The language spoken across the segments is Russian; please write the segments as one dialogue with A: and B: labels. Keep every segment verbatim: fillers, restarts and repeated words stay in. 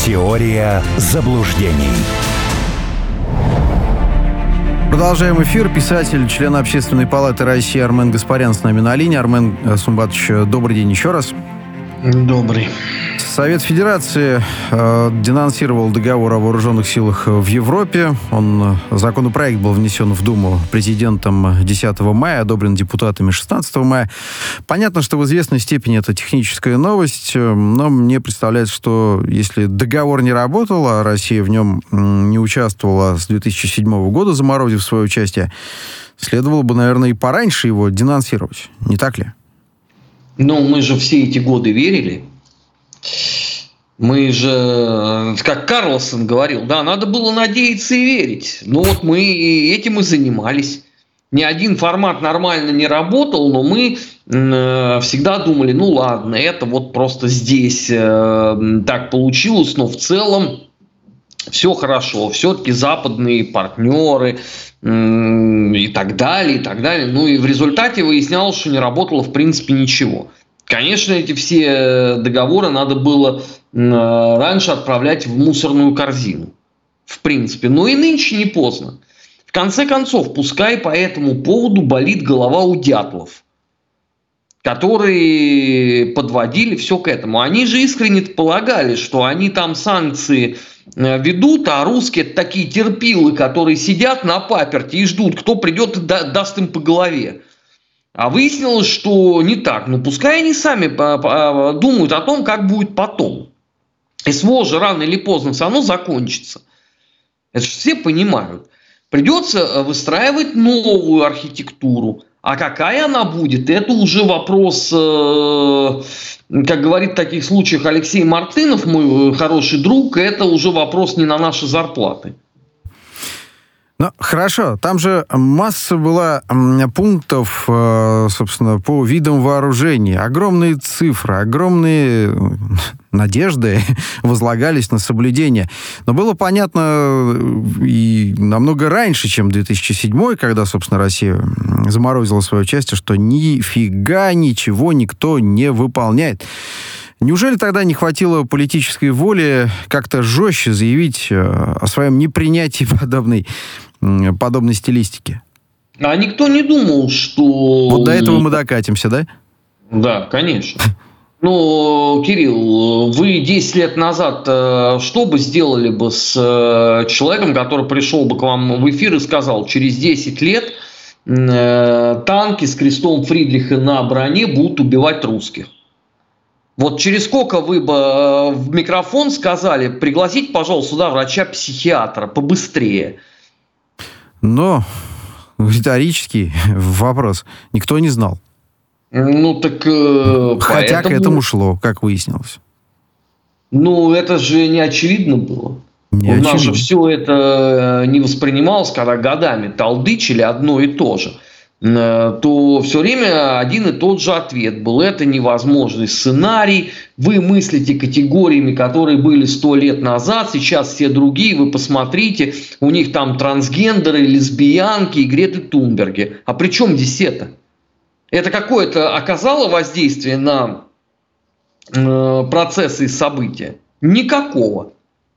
A: Теория заблуждений.
B: Продолжаем эфир. Писатель, член Общественной палаты России Армен Гаспарян с нами на линии. Армен Сумбатович, добрый день еще раз.
C: Добрый.
B: Совет Федерации э, денонсировал договор о вооруженных силах в Европе. Он, законопроект был внесен в Думу президентом десятого мая, одобрен депутатами шестнадцатого мая. Понятно, что в известной степени это техническая новость, но мне представляется, что если договор не работал, а Россия в нем не участвовала с две тысячи седьмого года, заморозив свое участие, следовало бы, наверное, и пораньше его денонсировать. Не так ли?
C: Ну, мы же все эти годы верили. Мы же, как Карлсон говорил, да, надо было надеяться и верить. Ну вот мы этим и занимались. Ни один формат нормально не работал, но мы э, всегда думали, ну ладно, это вот просто здесь э, так получилось, но в целом все хорошо. Все-таки западные партнеры э, и так далее, и так далее. Ну и в результате выяснялось, что не работало в принципе ничего. Конечно, эти все договоры надо было раньше отправлять в мусорную корзину. В принципе. Но и нынче не поздно. В конце концов, пускай по этому поводу болит голова у дятлов, которые подводили все к этому. Они же искренне полагали, что они там санкции ведут, а русские это такие терпилы, которые сидят на паперти и ждут, кто придет и даст им по голове. А выяснилось, что не так. Ну, пускай они сами думают о том, как будет потом. СВО же рано или поздно все равно закончится. Это же все понимают. Придется выстраивать новую архитектуру. А какая она будет, это уже вопрос, как говорит в таких случаях Алексей Мартынов, мой хороший друг, это уже вопрос не на наши зарплаты.
B: Ну, хорошо. Там же масса была пунктов, собственно, по видам вооружений. Огромные цифры, огромные надежды возлагались на соблюдение. Но было понятно и намного раньше, чем две тысячи седьмой, когда, собственно, Россия заморозила свое участие, что нифига ничего никто не выполняет. Неужели тогда не хватило политической воли как-то жестче заявить о своем непринятии подобной, подобной стилистики?
C: А никто не думал, что...
B: Вот до этого мы докатимся, да?
C: Да, конечно. Ну, Кирилл, вы десять лет назад что бы сделали бы с человеком, который пришел бы к вам в эфир и сказал, через десять лет танки с крестом Фридриха на броне будут убивать русских? Вот через сколько вы бы в микрофон сказали, пригласить, пожалуйста, сюда врача-психиатра, побыстрее?
B: Но риторический вопрос. Никто не знал.
C: Ну, так... Э,
B: Хотя
C: поэтому...
B: к этому шло, как выяснилось.
C: Ну, это же не очевидно было.
B: Не
C: У нас
B: очевидно.
C: же все это не воспринималось, когда годами толдычили одно и то же. То все время один и тот же ответ был. Это невозможный сценарий. Вы мыслите категориями, которые были сто лет назад. Сейчас все другие. Вы посмотрите. У них там трансгендеры, лесбиянки и Греты Тунберги. А при чем здесь это? Это какое-то оказало воздействие на э, процессы и события? Никакого.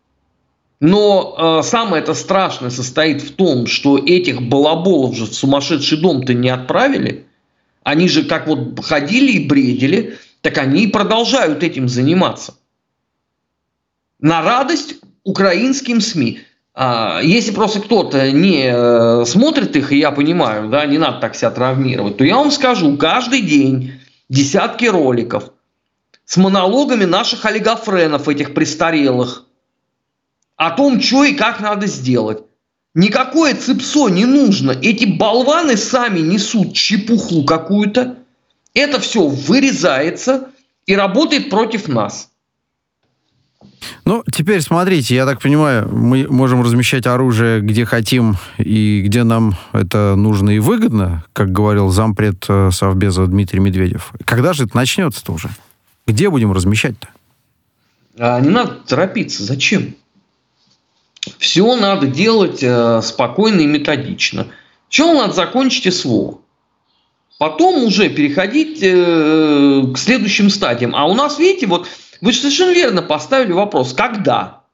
C: Но э, самое-то страшное состоит в том, что этих балаболов же в сумасшедший дом-то не отправили. Они же как вот ходили и бредили, так они и продолжают этим заниматься. На радость украинским СМИ. А, если просто кто-то не э, смотрит их, и я понимаю, да, не надо так себя травмировать, то я вам скажу, каждый день десятки роликов с монологами наших олигофренов, этих престарелых, о том, что и как надо сделать. Никакое цыпсо не нужно. Эти болваны сами несут чепуху какую-то. Это все вырезается и работает против нас.
B: Ну, теперь смотрите, я так понимаю, мы можем размещать оружие где хотим и где нам это нужно и выгодно, как говорил зампред Совбеза Дмитрий Медведев. Когда же это начнется-то уже? Где будем размещать-то?
C: А не надо торопиться. Зачем? Все надо делать э, спокойно и методично. Сначала надо закончить СВО. Потом уже переходить э, к следующим стадиям. А у нас, видите, вот вы же совершенно верно поставили вопрос, когда?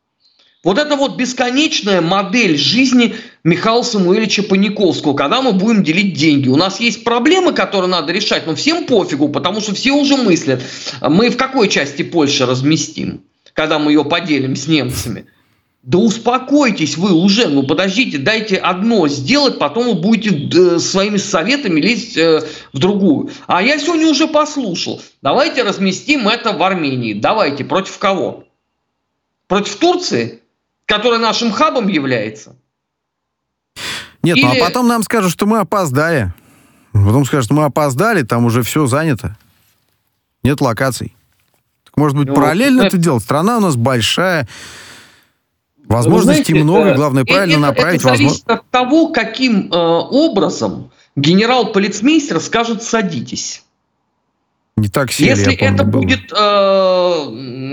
C: Вот это вот бесконечная модель жизни Михаила Самуиловича Паниковского, когда мы будем делить деньги. У нас есть проблемы, которые надо решать, но всем пофигу, потому что все уже мыслят, мы в какой части Польши разместим, когда мы ее поделим с немцами. Да успокойтесь вы уже, ну подождите, дайте одно сделать, потом вы будете своими советами лезть в другую. А я сегодня уже послушал, давайте разместим это в Армении. Давайте, против кого? Против Турции? Которая нашим хабом является?
B: Нет,
C: Или...
B: ну а потом нам скажут, что мы опоздали. Потом скажут, что мы опоздали, там уже все занято. Нет локаций. Так, может быть, ну, параллельно это делать? Страна у нас большая. Возможностей знаете, много, главное, правильно
C: это,
B: направить.
C: Это зависит возможно... от того, каким э, образом генерал-полицмейстер скажет «садитесь».
B: Не так сильно,
C: Если
B: я помню,
C: это
B: было.
C: будет э,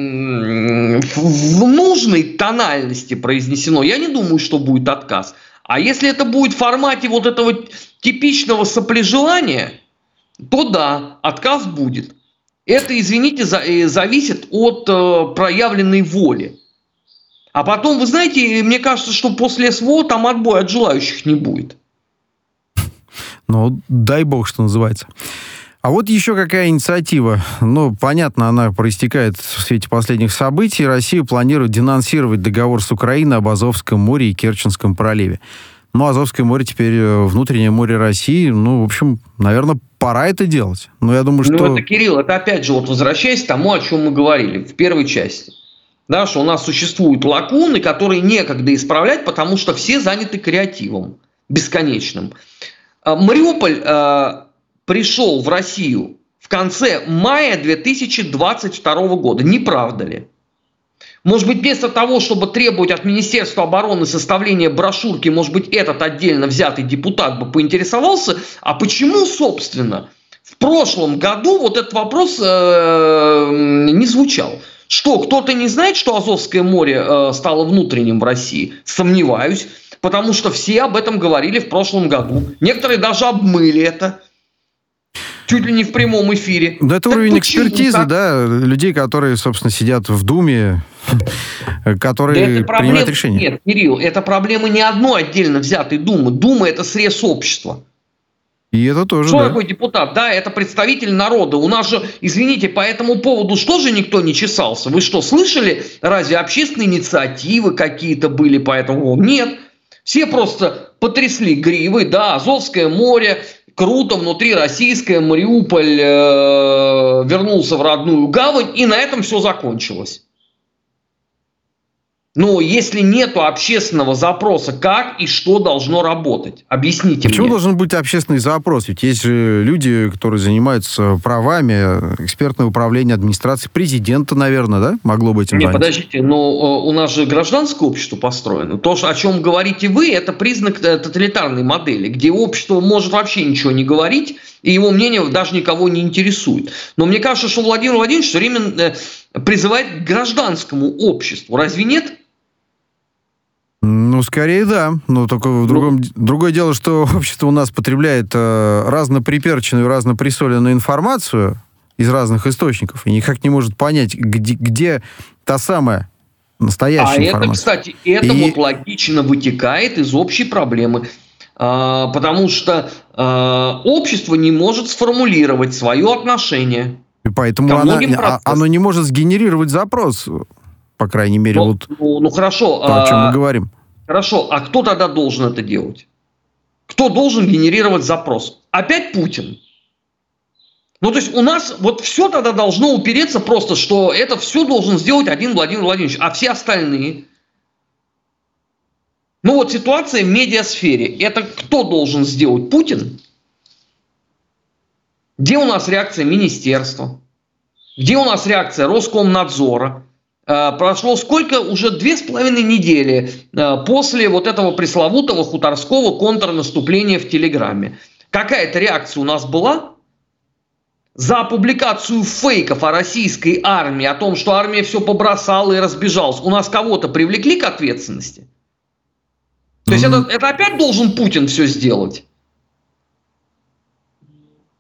C: в нужной тональности произнесено, я не думаю, что будет отказ. А если это будет в формате вот этого типичного соплежелания, то да, отказ будет. Это, извините, за, зависит от э, проявленной воли. А потом, вы знаете, мне кажется, что после СВО там отбоя от желающих не будет.
B: Ну, дай бог, что называется. А вот еще какая инициатива. Ну, понятно, она проистекает в свете последних событий. Россия планирует денонсировать договор с Украиной об Азовском море и Керченском проливе. Ну, Азовское море теперь внутреннее море России. Ну, в общем, наверное, пора это делать. Но я думаю, что...
C: Ну, это, Кирилл, это опять же, вот возвращаясь к тому, о чем мы говорили в первой части. Да, что у нас существуют лакуны, которые некогда исправлять, потому что все заняты креативом бесконечным. Мариуполь... пришел в Россию в конце мая две тысячи двадцать второго года. Не правда ли? Может быть, вместо того, чтобы требовать от Министерства обороны составления брошюрки, может быть, этот отдельно взятый депутат бы поинтересовался, а почему, собственно, в прошлом году вот этот вопрос э, не звучал? Что, кто-то не знает, что Азовское море э, стало внутренним в России? Сомневаюсь, потому что все об этом говорили в прошлом году. Некоторые даже обмыли это. Чуть ли не в прямом эфире.
B: Да, это так уровень экспертизы, так? Да, людей, которые, собственно, сидят в Думе, которые да принимают решения.
C: Нет, Кирилл, это проблема не одной отдельно взятой Думы. Дума – это срез общества.
B: И это тоже,
C: что
B: да.
C: такое депутат? Да, это представитель народа. У нас же, извините, по этому поводу что же никто не чесался? Вы что, слышали? Разве общественные инициативы какие-то были по этому поводу? Нет. Все просто потрясли гривой, да, Азовское море, круто, внутри российское, Мариуполь э, вернулся в родную гавань, и на этом все закончилось. Но если нет общественного запроса, как и что должно работать? Объясните
B: Почему
C: мне.
B: Почему должен быть общественный запрос? Ведь есть же люди, которые занимаются правами, экспертное управление администрации, президента, наверное, да? Могло быть этим
C: Не,
B: заняться.
C: подождите, но у нас же гражданское общество построено. То, о чем говорите вы, это признак тоталитарной модели, где общество может вообще ничего не говорить, и его мнение даже никого не интересует. Но мне кажется, что Владимир Владимирович все время призывает к гражданскому обществу. Разве нет?
B: Ну, скорее, да. Но только в другом... ну, другое дело, что общество у нас потребляет э, разноприперченную, разноприсоленную информацию из разных источников и никак не может понять, где, где та самая настоящая
C: а
B: информация.
C: Это, кстати, это и... вот логично вытекает из общей проблемы. А, потому что а, общество не может сформулировать свое отношение.
B: И поэтому она, оно не может сгенерировать запрос. По крайней мере,
C: ну,
B: вот
C: ну, ну хорошо,
B: то, о чем а, мы говорим.
C: Хорошо, а кто тогда должен это делать? Кто должен генерировать запрос? Опять Путин? Ну, то есть у нас вот все тогда должно упереться просто, что это все должен сделать один Владимир Владимирович, а все остальные... Ну вот ситуация в медиасфере. Это кто должен сделать? Путин? Где у нас реакция министерства? Где у нас реакция Роскомнадзора? Прошло сколько? Уже две с половиной недели после вот этого пресловутого хуторского контрнаступления в Телеграме. Какая-то реакция у нас была? За публикацию фейков о российской армии, о том, что армия все побросала и разбежалась, у нас кого-то привлекли к ответственности? То есть mm-hmm. это, это опять должен Путин все сделать?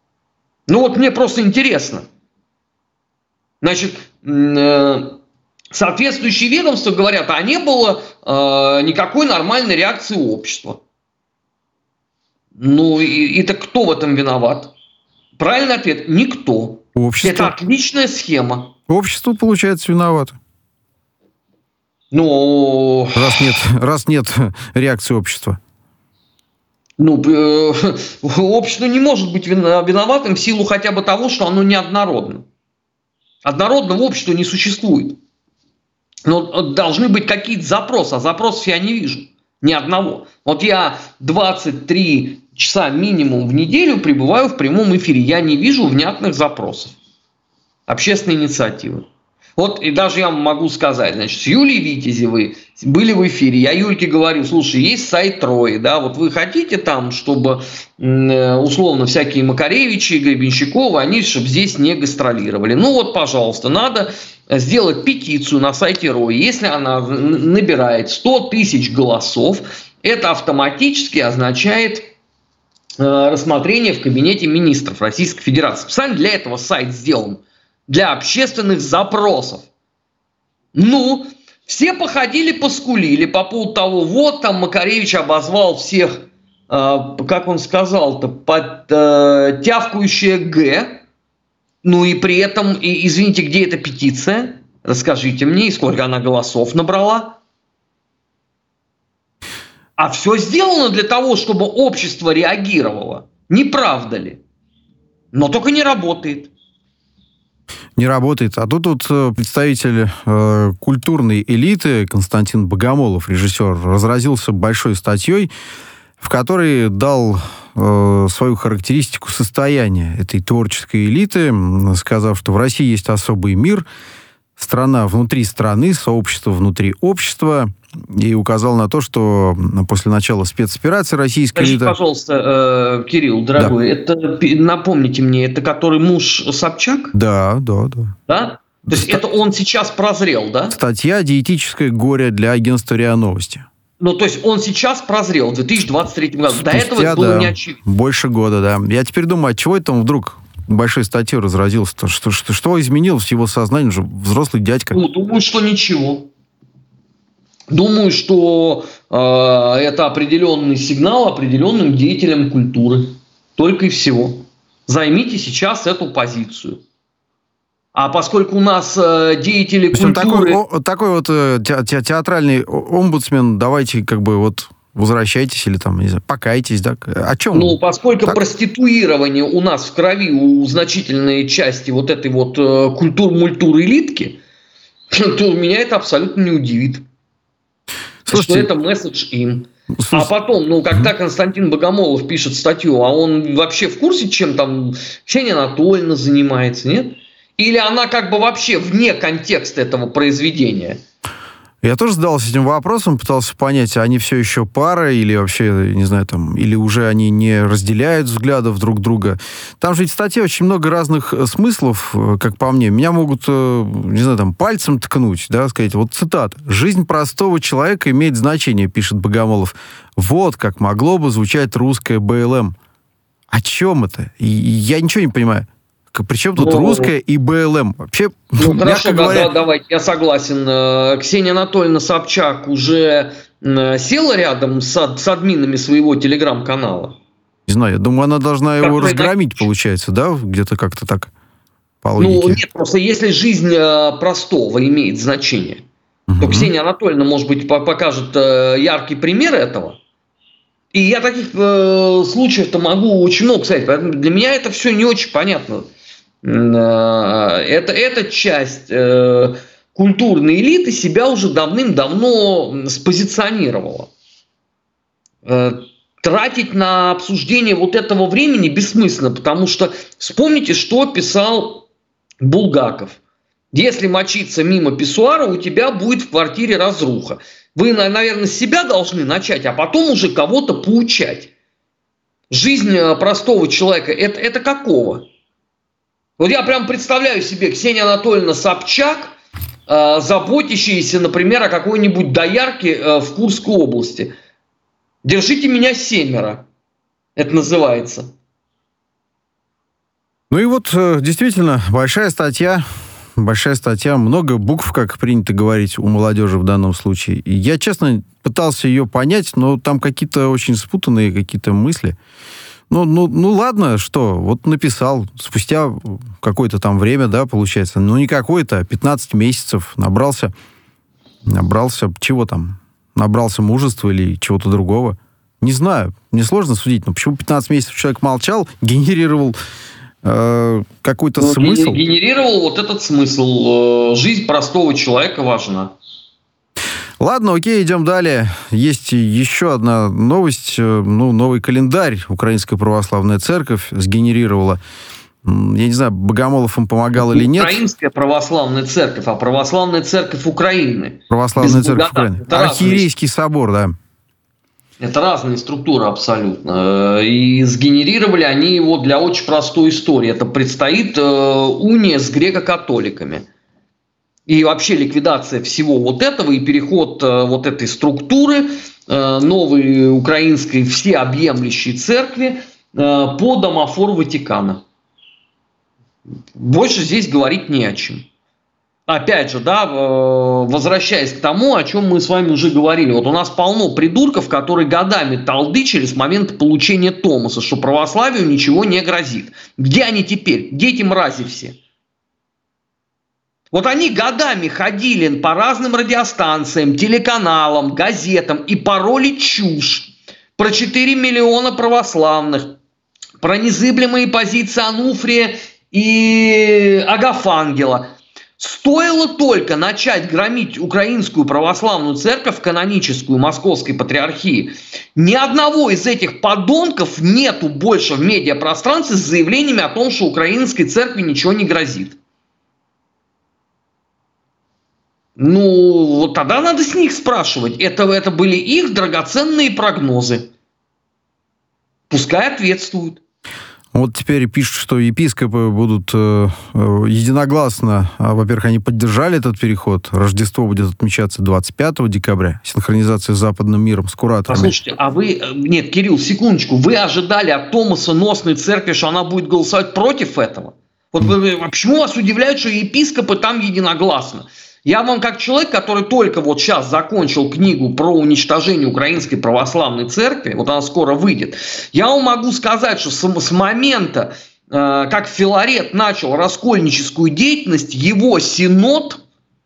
C: Ну вот мне просто интересно. Значит... Э- Соответствующие ведомства говорят, а не было э, никакой нормальной реакции общества. Ну, и, и так кто в этом виноват? Правильный ответ – никто.
B: Общество.
C: Это отличная схема.
B: Общество, получается, виновато.
C: Ну,
B: раз нет, раз нет реакции общества.
C: Ну, э, общество не может быть виноватым в силу хотя бы того, что оно неоднородно. Однородного общества не существует. Но должны быть какие-то запросы, а запросов я не вижу. Ни одного. Вот я двадцать три часа минимум в неделю пребываю в прямом эфире. Я не вижу внятных запросов. Общественной инициативы. Вот и даже я могу сказать, значит, с Юлией Витязевой были в эфире. Я Юльке говорю, слушай, есть сайт Трои, да, вот вы хотите там, чтобы условно всякие Макаревичи, Гребенщиковы, они чтобы здесь не гастролировали. Ну вот, пожалуйста, надо сделать петицию на сайте Рои. Если она набирает сто тысяч голосов, это автоматически означает рассмотрение в кабинете министров Российской Федерации. Специально для этого сайт сделан. Для общественных запросов. Ну, все походили, поскулили по поводу того, вот там Макаревич обозвал всех, э, как он сказал-то, под э, тявкающее Г. Ну и при этом, и, извините, где эта петиция? Расскажите мне, и сколько она голосов набрала? А все сделано для того, чтобы общество реагировало. Не правда ли? Но только не работает.
B: Не работает. А тут вот представитель э, культурной элиты Константин Богомолов, режиссер, разразился большой статьей, в которой дал э, свою характеристику состояния этой творческой элиты, сказав, что в России есть особый мир, страна внутри страны, сообщество внутри общества, и указал на то, что после начала спецоперации российская
C: Скажите,
B: элита...
C: пожалуйста, Кирилл, дорогой, да. Это, напомните мне, это который муж Собчак?
B: Да, да, да.
C: Да? То есть Ст... это он сейчас прозрел, да?
B: Статья «Диетическое горе» для агентства РИА Новости.
C: Ну, то есть он сейчас прозрел в две тысячи двадцать третьем году. Спустя, до этого это было
B: да,
C: не очевидно.
B: Больше года, да. Я теперь думаю, от чего это он вдруг большой статьей разразился-то? Что, что, что изменилось в его сознании? Он же взрослый дядька.
C: Ну, думаю, что ничего. Думаю, что э, это определенный сигнал определенным деятелям культуры. Только и всего. Займите сейчас эту позицию. А поскольку у нас э, деятели культуры...
B: Такой, о, такой вот э, те, те, театральный омбудсмен, давайте как бы вот возвращайтесь или там, не знаю, покайтесь, да? О чем?
C: Ну, поскольку
B: так?
C: Проституирование у нас в крови у значительной части вот этой вот э, культур-мультур-элитки, то меня это абсолютно не удивит. Слушайте, что это месседж им. Слушайте. А потом, ну, когда Константин Богомолов пишет статью, а он вообще в курсе, чем там Ксения Анатольевна занимается, нет? Или она как бы вообще вне контекста этого произведения?
B: Я тоже задался этим вопросом, пытался понять, они все еще пара, или вообще, не знаю, там, или уже они не разделяют взглядов друг друга. Там же в статье очень много разных смыслов, как по мне. Меня могут, не знаю, там, пальцем ткнуть, да, сказать, вот цитата. «Жизнь простого человека имеет значение», пишет Богомолов. Вот как могло бы звучать русское БЛМ. О чем это? И я ничего не понимаю. Причем тут ну, русское и БЛМ? Вообще,
C: ну, хорошо, говоря... да, давайте, я согласен. Ксения Анатольевна Собчак уже села рядом с, с админами своего телеграм-канала?
B: Не знаю, я думаю, она должна его как разгромить, это... получается, да? Где-то как-то так, по логике.
C: Ну, нет, просто если жизнь простого имеет значение, угу. то Ксения Анатольевна, может быть, покажет яркий пример этого. И я таких э, случаев-то могу очень много сказать. Поэтому для меня это все не очень понятно. Это, эта часть э, культурной элиты себя уже давным-давно спозиционировала. Э, тратить на обсуждение вот этого времени бессмысленно, потому что вспомните, что писал Булгаков. Если мочиться мимо писсуара, у тебя будет в квартире разруха. Вы, наверное, с себя должны начать, а потом уже кого-то поучать. Жизнь простого человека это, это какого? Вот я прям представляю себе Ксения Анатольевна Собчак, э, заботящаяся, например, о какой-нибудь доярке э, в Курской области. «Держите меня семеро». Это называется.
B: Ну и вот, действительно, большая статья большая статья, много букв, как принято говорить у молодежи в данном случае. И я, честно, пытался ее понять, но там какие-то очень спутанные какие-то мысли. Ну, ну, ну ладно, что, вот написал, спустя какое-то там время, да, получается, ну не какое-то, а пятнадцать месяцев набрался, набрался, чего там, набрался мужества или чего-то другого. Не знаю, мне сложно судить, но почему пятнадцать месяцев человек молчал, генерировал э, какой-то
C: ну,
B: смысл?
C: Генерировал вот этот смысл. Жизнь простого человека важна.
B: Ладно, окей, идем далее. Есть еще одна новость. Ну, новый календарь Украинская Православная Церковь сгенерировала. Я не знаю, Богомолов им помогал или нет.
C: Украинская Православная Церковь, а Православная Церковь Украины.
B: Православная Церковь Украины. Архиерейский собор, да.
C: Это разные структуры абсолютно. И сгенерировали они его для очень простой истории. Это предстоит уния с греко-католиками. И вообще ликвидация всего вот этого и переход э, вот этой структуры э, новой украинской всеобъемлющей церкви э, по домофору Ватикана. Больше здесь говорить не о чем. Опять же, да, э, возвращаясь к тому, о чем мы с вами уже говорили. Вот у нас полно придурков, которые годами толдычили с момента получения Томаса, что православию ничего не грозит. Где они теперь? Где эти мрази все? Вот они годами ходили по разным радиостанциям, телеканалам, газетам и пороли чушь про четыре миллиона православных, про незыблемые позиции Ануфрия и Агафангела. Стоило только начать громить Украинскую Православную Церковь, каноническую Московской Патриархии, ни одного из этих подонков нету больше в медиапространстве с заявлениями о том, что Украинской Церкви ничего не грозит. Ну, вот тогда надо с них спрашивать. Это, это были их драгоценные прогнозы. Пускай ответствуют.
B: Вот теперь пишут, что епископы будут э, единогласно, а, во-первых, они поддержали этот переход. Рождество будет отмечаться двадцать пятого декабря. Синхронизация с западным миром, с кураторами.
C: Послушайте, а вы... Нет, Кирилл, секундочку. Вы ожидали от Томаса Носной Церкви, что она будет голосовать против этого? Вот mm. почему вас удивляет, что епископы там единогласно? Я вам как человек, который только вот сейчас закончил книгу про уничтожение Украинской Православной Церкви, вот она скоро выйдет, я вам могу сказать, что с, с момента, э, как Филарет начал раскольническую деятельность, его синод,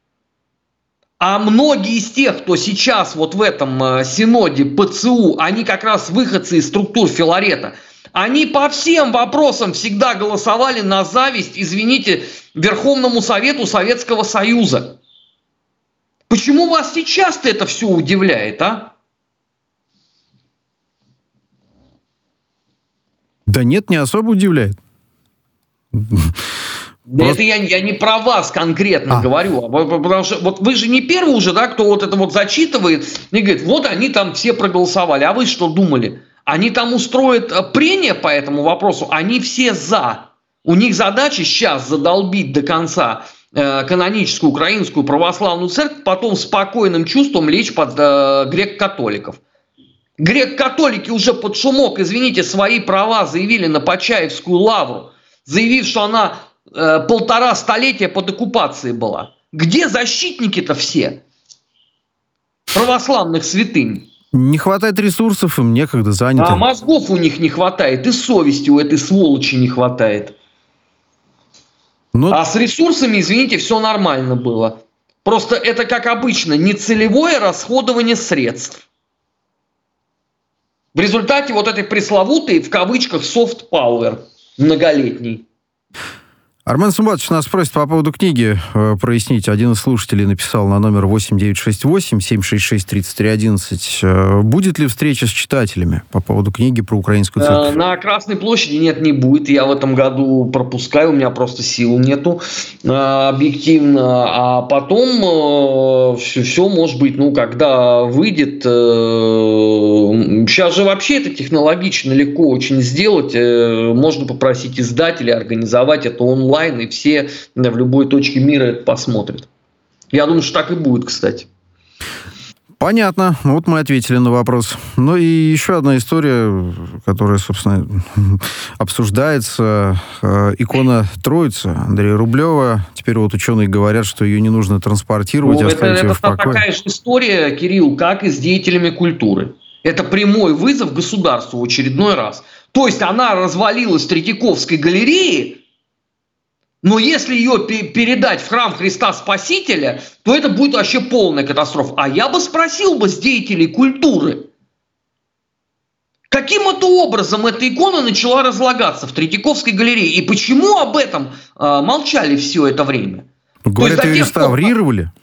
C: а многие из тех, кто сейчас вот в этом э, синоде ПЦУ, они как раз выходцы из структур Филарета, они по всем вопросам всегда голосовали на зависть, извините, Верховному Совету Советского Союза. Почему вас сейчас-то это все удивляет, а?
B: Да нет, не особо удивляет.
C: Да просто... Это я, я не про вас конкретно а. говорю, потому что вот вы же не первый уже, да, кто вот это вот зачитывает и говорит, вот они там все проголосовали, а вы что думали? Они там устроят прения по этому вопросу, они все за. У них задача сейчас задолбить до конца э, каноническую Украинскую Православную Церковь, потом спокойным чувством лечь под э, грек-католиков. Грек-католики уже под шумок, извините, свои права заявили на Почаевскую лавру, заявив, что она э, полтора столетия под оккупацией была. Где защитники-то все православных святынь?
B: Не хватает ресурсов, им некогда, заняты.
C: А мозгов у них не хватает, и совести у этой сволочи не хватает. Но... А с ресурсами, извините, все нормально было. Просто это, как обычно, нецелевое расходование средств. В результате вот этой пресловутой, в кавычках, soft power многолетний.
B: Армен Сумбатович нас просит по поводу книги э, прояснить. Один из слушателей написал на номер восемь девятьсот шестьдесят восемь семь шесть шесть тридцать три одиннадцать. Э, будет ли встреча с читателями по поводу книги про Украинскую Церковь?
C: На Красной площади нет, не будет. Я в этом году пропускаю, у меня просто сил нету э, объективно. А потом э, все, все может быть, ну, когда выйдет. Э, сейчас же вообще это технологично легко очень сделать. Э, можно попросить издателей организовать это онлайн. И все в любой точке мира это посмотрят. Я думаю, что так и будет, кстати.
B: Понятно. Вот мы ответили на вопрос. Ну и еще одна история, которая, собственно, обсуждается. Икона Троицы Андрея Рублева. Теперь вот ученые говорят, что ее не нужно транспортировать,
C: ну,
B: оставить
C: это,
B: ее
C: это
B: в покое.
C: такая же история, Кирилл, как и с деятелями культуры. Это прямой вызов государству в очередной раз. То есть она развалилась в Третьяковской галерее, но если ее передать в храм Христа Спасителя, то это будет вообще полная катастрофа. А я бы спросил бы с деятелей культуры, каким это образом эта икона начала разлагаться в Третьяковской галерее? И почему об этом э, молчали все это время?
B: Говорят, ее реставрировали.
C: Пор...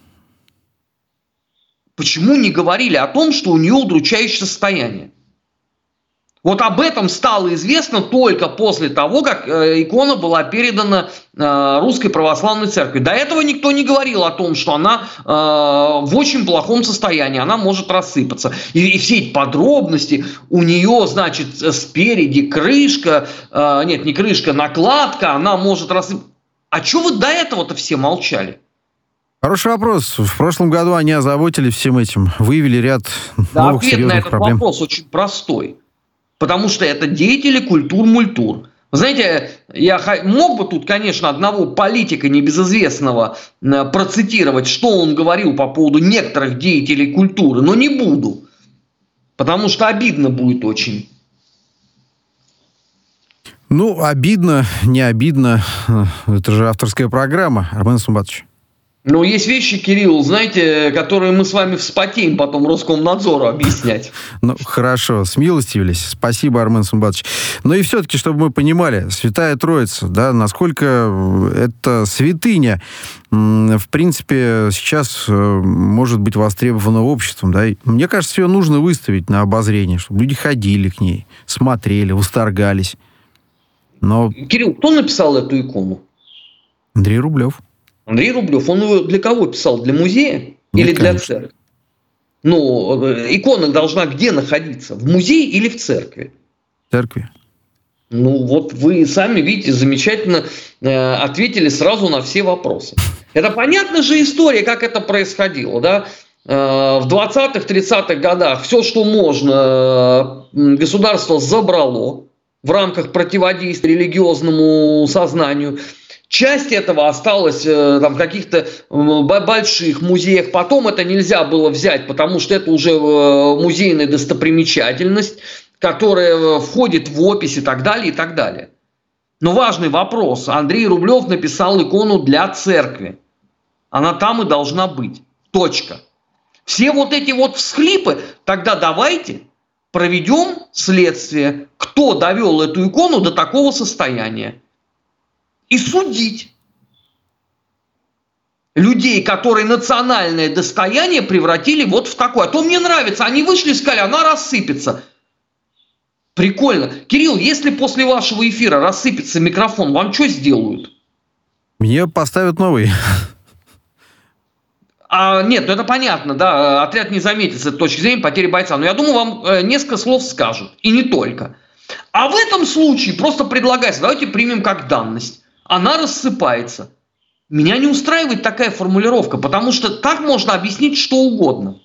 C: Почему не говорили о том, что у нее удручающее состояние? Вот об этом стало известно только после того, как э, икона была передана э, Русской Православной Церкви. До этого никто не говорил о том, что она э, в очень плохом состоянии, она может рассыпаться. И, и все эти подробности, у нее, значит, спереди крышка, э, нет, не крышка, накладка, она может рассыпаться. А что вы до этого-то все молчали?
B: Хороший вопрос. В прошлом году они озаботились всем этим, выявили ряд
C: да,
B: новых
C: ответ
B: серьезных
C: на этот
B: проблем.
C: Вопрос очень простой. Потому что это деятели культур-мультур. Вы знаете, я мог бы тут, конечно, одного политика небезызвестного процитировать, что он говорил по поводу некоторых деятелей культуры, но не буду. Потому что обидно будет очень.
B: Ну, обидно, не обидно. Это же авторская программа, Армен Сумбатович.
C: Ну, есть вещи, Кирилл, знаете, которые мы с вами вспотеем потом Роскомнадзору объяснять.
B: Ну, хорошо, смилостивились. Спасибо, Армен Сумбатович. Но и все-таки, чтобы мы понимали, Святая Троица, да, насколько это святыня, в принципе, сейчас может быть востребована обществом, да. Мне кажется, ее нужно выставить на обозрение, чтобы люди ходили к ней, смотрели, восторгались. Но...
C: Кирилл, кто написал эту икону?
B: Андрей Рублев.
C: Андрей Рублев, он его для кого писал? Для музея?
B: Нет,
C: или для
B: конечно.
C: церкви? Ну, икона должна где находиться? В музее или в церкви?
B: В церкви.
C: Ну, вот вы сами видите, замечательно э, ответили сразу на все вопросы. Это понятная же история, как это происходило, да? Э, в двадцатых-тридцатых годах все, что можно, э, государство забрало в рамках противодействия религиозному сознанию. Часть этого осталась э, там, в каких-то э, больших музеях. Потом это нельзя было взять, потому что это уже э, музейная достопримечательность, которая входит в опись и так далее, и так далее. Но важный вопрос. Андрей Рублев написал икону для церкви. Она там и должна быть. Точка. Все вот эти вот всхлипы, тогда давайте проведем следствие, кто довел эту икону до такого состояния. И судить людей, которые национальное достояние превратили вот в такое. А то мне нравится, они вышли и сказали, она рассыпется. Прикольно. Кирилл, если после вашего эфира рассыпется микрофон, вам что сделают?
B: Мне поставят новый.
C: А, нет, ну это понятно, да, отряд не заметит с этой точки зрения потери бойца. Но я думаю, вам э, несколько слов скажут. И не только. А в этом случае просто предлагается, давайте примем как данность. Она рассыпается. Меня не устраивает такая формулировка, потому что так можно объяснить что угодно.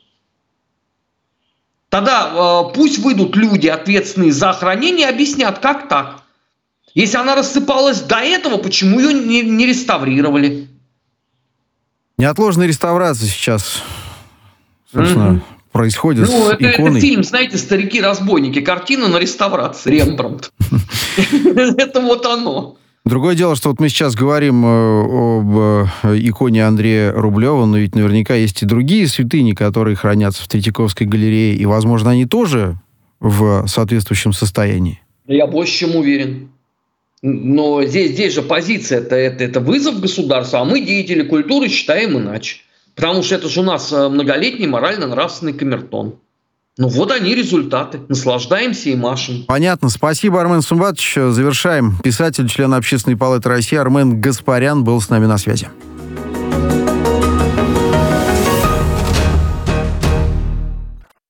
C: Тогда э, пусть выйдут люди, ответственные за хранение, и объяснят, как так. Если она рассыпалась до этого, почему ее не, не реставрировали?
B: Неотложная реставрация сейчас, собственно, mm-hmm. происходит
C: ну,
B: с
C: это,
B: иконой.
C: Это фильм, знаете, «Старики-разбойники», картина на реставрации, Рембрандт. Это вот оно.
B: Другое дело, что вот мы сейчас говорим об иконе Андрея Рублева, но ведь наверняка есть и другие святыни, которые хранятся в Третьяковской галерее, и, возможно, они тоже в соответствующем состоянии.
C: Я больше чем уверен. Но здесь, здесь же позиция, это, это, это вызов государству, а мы, деятели культуры, считаем иначе. Потому что это же у нас многолетний морально-нравственный камертон. Ну вот они результаты. Наслаждаемся и машем.
B: Понятно. Спасибо, Армен Сумбатович. Завершаем. Писатель, член Общественной палаты России Армен Гаспарян был с нами на связи.